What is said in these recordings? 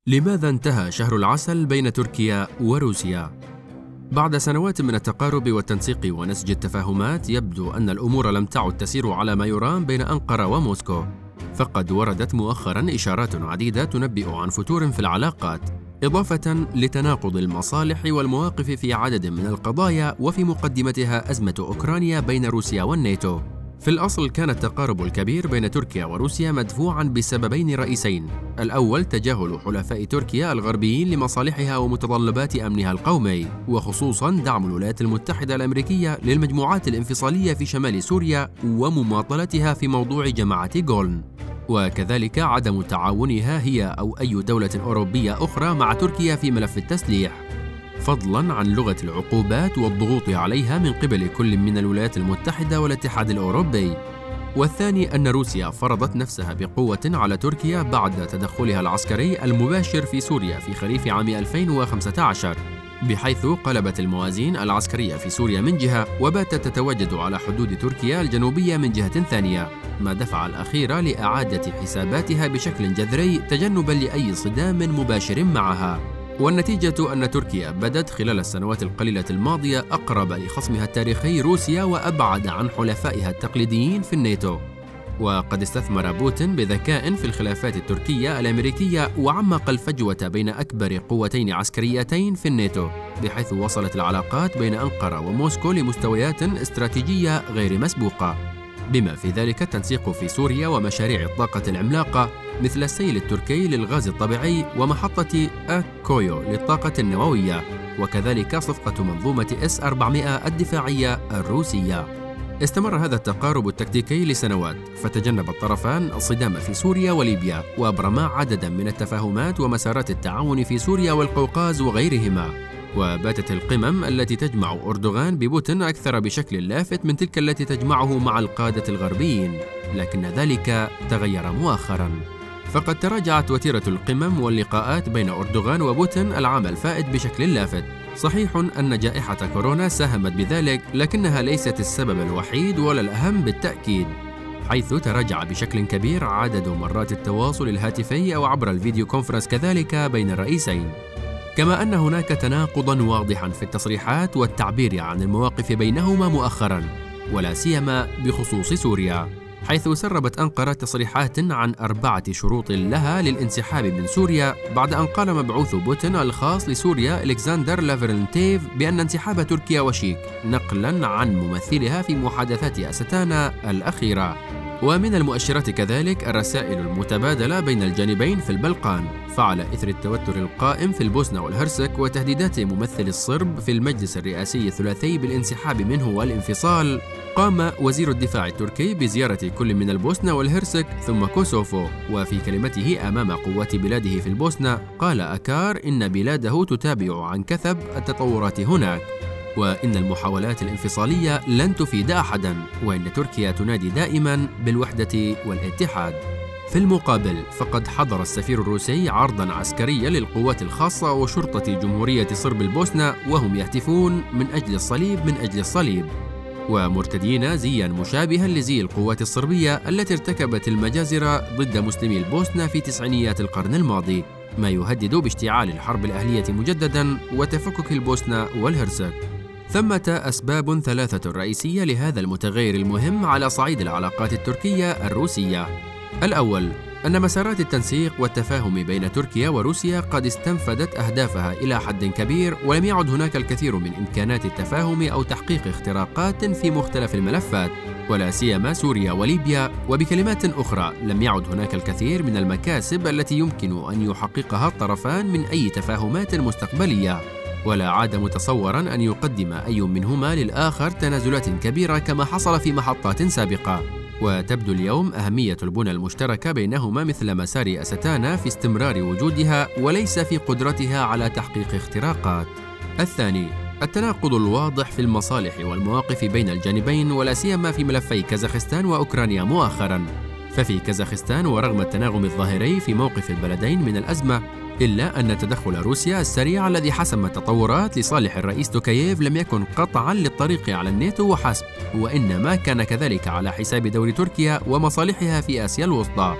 لماذا انتهى شهر العسل بين تركيا وروسيا؟ بعد سنوات من التقارب والتنسيق ونسج التفاهمات، يبدو أن الأمور لم تعد تسير على ما يرام بين أنقرة وموسكو، فقد وردت مؤخراً إشارات عديدة تنبئ عن فتور في العلاقات، إضافة لتناقض المصالح والمواقف في عدد من القضايا، وفي مقدمتها أزمة أوكرانيا بين روسيا والناتو. في الأصل كان التقارب الكبير بين تركيا وروسيا مدفوعاً بسببين رئيسين: الأول تجاهل حلفاء تركيا الغربيين لمصالحها ومتطلبات أمنها القومي، وخصوصاً دعم الولايات المتحدة الأمريكية للمجموعات الانفصالية في شمال سوريا ومماطلتها في موضوع جماعة غولن، وكذلك عدم تعاونها هي أو أي دولة أوروبية أخرى مع تركيا في ملف التسليح، فضلاً عن لغة العقوبات والضغوط عليها من قبل كل من الولايات المتحدة والاتحاد الأوروبي. والثاني أن روسيا فرضت نفسها بقوة على تركيا بعد تدخلها العسكري المباشر في سوريا في خريف عام 2015، بحيث قلبت الموازين العسكرية في سوريا من جهة، وباتت تتواجد على حدود تركيا الجنوبية من جهة ثانية، ما دفع الأخيرة لإعادة حساباتها بشكل جذري تجنباً لأي صدام مباشر معها. والنتيجة أن تركيا بدت خلال السنوات القليلة الماضية أقرب لخصمها التاريخي روسيا وأبعد عن حلفائها التقليديين في الناتو. وقد استثمر بوتين بذكاء في الخلافات التركية الأمريكية وعمق الفجوة بين أكبر قوتين عسكريتين في الناتو، بحيث وصلت العلاقات بين أنقرة وموسكو لمستويات استراتيجية غير مسبوقة، بما في ذلك التنسيق في سوريا ومشاريع الطاقة العملاقة مثل السيل التركي للغاز الطبيعي ومحطة أكويو للطاقة النووية، وكذلك صفقة منظومة S-400 الدفاعية الروسية. استمر هذا التقارب التكتيكي لسنوات، فتجنب الطرفان الصدام في سوريا وليبيا، وأبرما عددا من التفاهمات ومسارات التعاون في سوريا والقوقاز وغيرهما. وباتت القمم التي تجمع أردوغان ببوتين أكثر بشكل لافت من تلك التي تجمعه مع القادة الغربيين، لكن ذلك تغير مؤخراً، فقد تراجعت وتيرة القمم واللقاءات بين أردوغان وبوتين العام الفائت بشكل لافت. صحيح أن جائحة كورونا ساهمت بذلك، لكنها ليست السبب الوحيد ولا الأهم بالتأكيد، حيث تراجع بشكل كبير عدد مرات التواصل الهاتفي أو عبر الفيديو كونفرنس كذلك بين الرئيسين، كما أن هناك تناقضاً واضحاً في التصريحات والتعبير عن المواقف بينهما مؤخراً، ولا سيما بخصوص سوريا، حيث سربت أنقرة تصريحات عن 4 شروط لها للانسحاب من سوريا، بعد أن قال مبعوث بوتين الخاص لسوريا ألكسندر لافرنتيف بأن انسحاب تركيا وشيك، نقلاً عن ممثلها في محادثات أستانا الأخيرة. ومن المؤشرات كذلك الرسائل المتبادلة بين الجانبين في البلقان، فعلى إثر التوتر القائم في البوسنة والهرسك وتهديدات ممثل الصرب في المجلس الرئاسي الثلاثي بالانسحاب منه والانفصال، قام وزير الدفاع التركي بزيارة كل من البوسنة والهرسك ثم كوسوفو، وفي كلمته أمام قوات بلاده في البوسنة قال أكار إن بلاده تتابع عن كثب التطورات هناك، وإن المحاولات الانفصالية لن تفيد أحداً، وإن تركيا تنادي دائماً بالوحدة والاتحاد. في المقابل فقد حضر السفير الروسي عرضاً عسكريا للقوات الخاصة وشرطة جمهورية صرب البوسنة، وهم يهتفون من أجل الصليب من أجل الصليب، ومرتدين زياً مشابهاً لزي القوات الصربية التي ارتكبت المجازر ضد مسلمي البوسنة في تسعينيات القرن الماضي، ما يهدد باشتعال الحرب الأهلية مجدداً وتفكك البوسنة والهرسك. ثمة أسباب 3 رئيسية لهذا المتغير المهم على صعيد العلاقات التركية الروسية. الأول، أن مسارات التنسيق والتفاهم بين تركيا وروسيا قد استنفدت أهدافها إلى حد كبير، ولم يعد هناك الكثير من إمكانات التفاهم أو تحقيق اختراقات في مختلف الملفات، ولا سيما سوريا وليبيا، وبكلمات أخرى لم يعد هناك الكثير من المكاسب التي يمكن أن يحققها الطرفان من أي تفاهمات مستقبلية، ولا عاد متصوراً أن يقدم أي منهما للآخر تنازلات كبيرة كما حصل في محطات سابقة. وتبدو اليوم أهمية البنى المشتركة بينهما مثل مسار أستانا في استمرار وجودها، وليس في قدرتها على تحقيق اختراقات. الثاني، التناقض الواضح في المصالح والمواقف بين الجانبين، ولا سيما في ملفي كازاخستان وأوكرانيا مؤخراً. ففي كازاخستان، ورغم التناغم الظاهري في موقف البلدين من الأزمة، إلا أن تدخل روسيا السريع الذي حسم التطورات لصالح الرئيس توكاييف لم يكن قطعاً للطريق على الناتو وحسب، وإنما كان كذلك على حساب دور تركيا ومصالحها في آسيا الوسطى.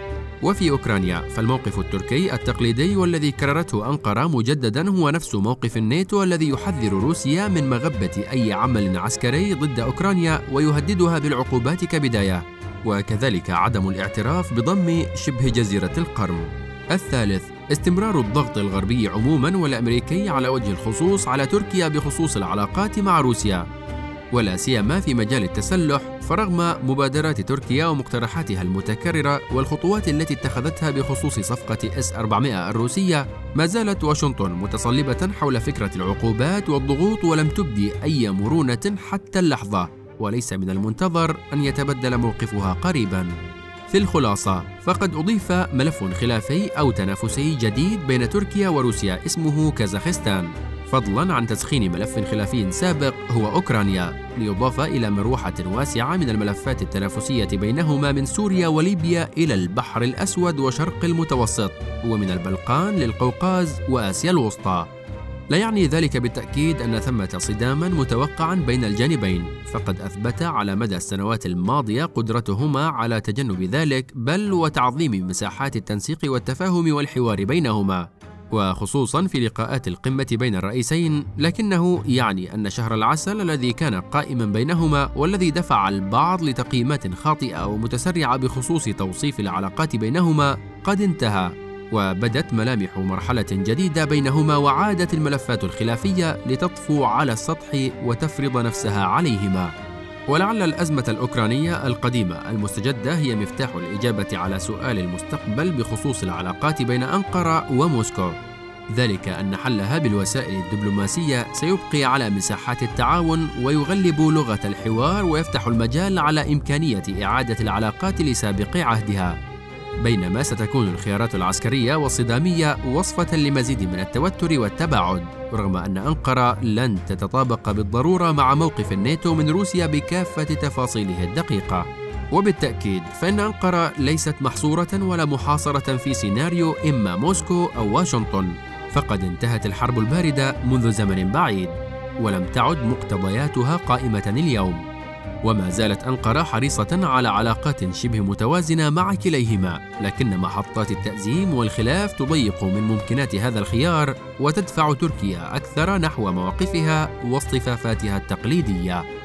وفي أوكرانيا فالموقف التركي التقليدي والذي كررته أنقرة مجددا هو نفس موقف الناتو الذي يحذر روسيا من مغبة أي عمل عسكري ضد أوكرانيا ويهددها بالعقوبات كبداية، وكذلك عدم الاعتراف بضم شبه جزيرة القرم. الثالث، استمرار الضغط الغربي عموما والأمريكي على وجه الخصوص على تركيا بخصوص العلاقات مع روسيا، ولا سيما في مجال التسلح، فرغم مبادرات تركيا ومقترحاتها المتكررة والخطوات التي اتخذتها بخصوص صفقة S-400 الروسية، ما زالت واشنطن متصلبة حول فكرة العقوبات والضغوط ولم تبدي أي مرونة حتى اللحظة، وليس من المنتظر أن يتبدل موقفها قريباً. في الخلاصة، فقد أضيف ملف خلافي أو تنافسي جديد بين تركيا وروسيا اسمه كازاخستان، فضلاً عن تسخين ملف خلافي سابق هو أوكرانيا، ليضاف إلى مروحة واسعة من الملفات التنافسية بينهما من سوريا وليبيا إلى البحر الأسود وشرق المتوسط، ومن البلقان للقوقاز وآسيا الوسطى. لا يعني ذلك بالتأكيد أن ثمة صداماً متوقعاً بين الجانبين، فقد أثبت على مدى السنوات الماضية قدرتهما على تجنب ذلك، بل وتعظيم مساحات التنسيق والتفاهم والحوار بينهما، وخصوصاً في لقاءات القمة بين الرئيسين، لكنه يعني أن شهر العسل الذي كان قائماً بينهما والذي دفع البعض لتقييمات خاطئة ومتسرعة بخصوص توصيف العلاقات بينهما قد انتهى، وبدت ملامح مرحلة جديدة بينهما، وعادت الملفات الخلافية لتطفو على السطح وتفرض نفسها عليهما. ولعل الأزمة الأوكرانية القديمة المستجدة هي مفتاح الإجابة على سؤال المستقبل بخصوص العلاقات بين أنقرة وموسكو، ذلك أن حلها بالوسائل الدبلوماسية سيبقي على مساحات التعاون ويغلب لغة الحوار ويفتح المجال على إمكانية إعادة العلاقات لسابق عهدها، بينما ستكون الخيارات العسكرية والصدامية وصفة لمزيد من التوتر والتباعد، رغم أن أنقرة لن تتطابق بالضرورة مع موقف الناتو من روسيا بكافة تفاصيله الدقيقة. وبالتأكيد فإن أنقرة ليست محصورة ولا محاصرة في سيناريو إما موسكو أو واشنطن، فقد انتهت الحرب الباردة منذ زمن بعيد، ولم تعد مقتضياتها قائمة اليوم، وما زالت أنقرة حريصة على علاقات شبه متوازنة مع كليهما، لكن محطات التأزيم والخلاف تضيق من ممكنات هذا الخيار وتدفع تركيا أكثر نحو مواقفها واصطفافاتها التقليدية.